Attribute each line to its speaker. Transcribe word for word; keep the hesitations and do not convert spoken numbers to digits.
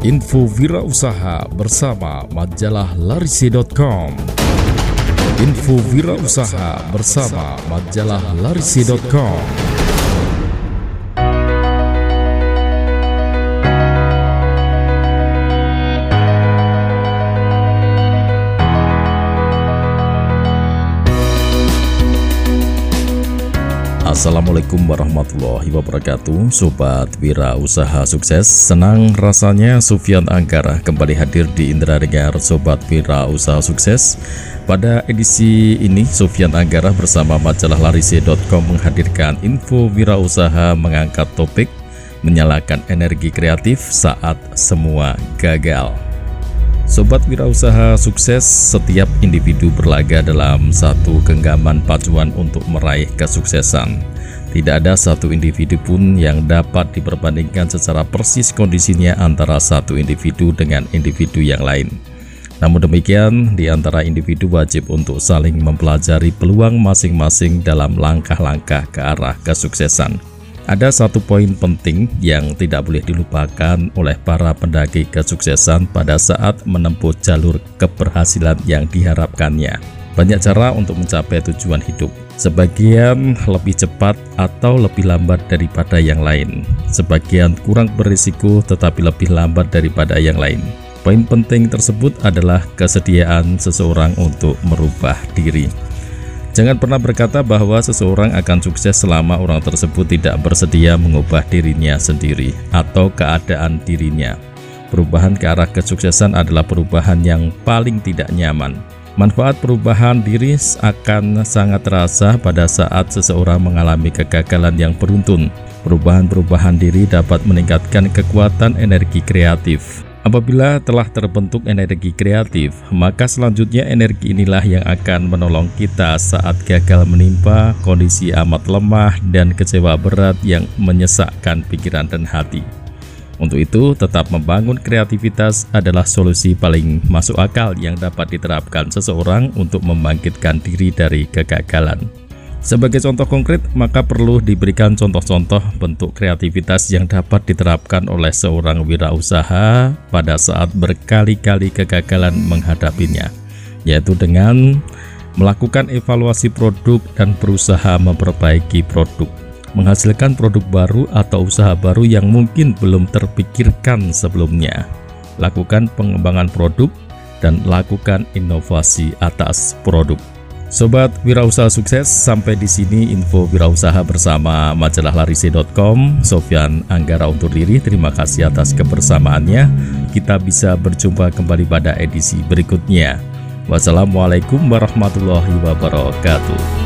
Speaker 1: Info Wirausaha bersama majalah larisi titik com. Info Wirausaha bersama majalah larisi titik com. Assalamualaikum warahmatullahi wabarakatuh. Sobat Wirausaha Sukses, senang rasanya Sufyan Anggara kembali hadir di Indra Dengar Sobat Wirausaha Sukses. Pada edisi ini Sufyan Anggara bersama majalah larisi titik com menghadirkan info wirausaha mengangkat topik menyalakan energi kreatif saat semua gagal. Sobat Wirausaha Sukses, setiap individu berlaga dalam satu genggaman pacuan untuk meraih kesuksesan. Tidak ada satu individu pun yang dapat diperbandingkan secara persis kondisinya antara satu individu dengan individu yang lain. Namun demikian, di antara individu wajib untuk saling mempelajari peluang masing-masing dalam langkah-langkah ke arah kesuksesan. Ada satu poin penting yang tidak boleh dilupakan oleh para pendaki kesuksesan pada saat menempuh jalur keberhasilan yang diharapkannya. Banyak cara untuk mencapai tujuan hidup. Sebagian lebih cepat atau lebih lambat daripada yang lain. Sebagian kurang berisiko tetapi lebih lambat daripada yang lain. Poin penting tersebut adalah kesediaan seseorang untuk merubah diri. Jangan pernah berkata bahwa seseorang akan sukses selama orang tersebut tidak bersedia mengubah dirinya sendiri atau keadaan dirinya. Perubahan ke arah kesuksesan adalah perubahan yang paling tidak nyaman. Manfaat perubahan diri akan sangat terasa pada saat seseorang mengalami kegagalan yang beruntun. Perubahan-perubahan diri dapat meningkatkan kekuatan energi kreatif. Apabila telah terbentuk energi kreatif, maka selanjutnya energi inilah yang akan menolong kita saat gagal menimpa, kondisi amat lemah, dan kecewa berat yang menyesakkan pikiran dan hati. Untuk itu, tetap membangun kreativitas adalah solusi paling masuk akal yang dapat diterapkan seseorang untuk membangkitkan diri dari kegagalan. Sebagai contoh konkret, maka perlu diberikan contoh-contoh bentuk kreativitas yang dapat diterapkan oleh seorang wirausaha pada saat berkali-kali kegagalan menghadapinya, yaitu dengan melakukan evaluasi produk dan berusaha memperbaiki produk, menghasilkan produk baru atau usaha baru yang mungkin belum terpikirkan sebelumnya, lakukan pengembangan produk, dan lakukan inovasi atas produk. Sobat Wirausaha Sukses, sampai di sini info wirausaha bersama majalah larisi titik com. Sufyan Anggara undur diri. Terima kasih atas kebersamaannya. Kita bisa berjumpa kembali pada edisi berikutnya. Wassalamualaikum warahmatullahi wabarakatuh.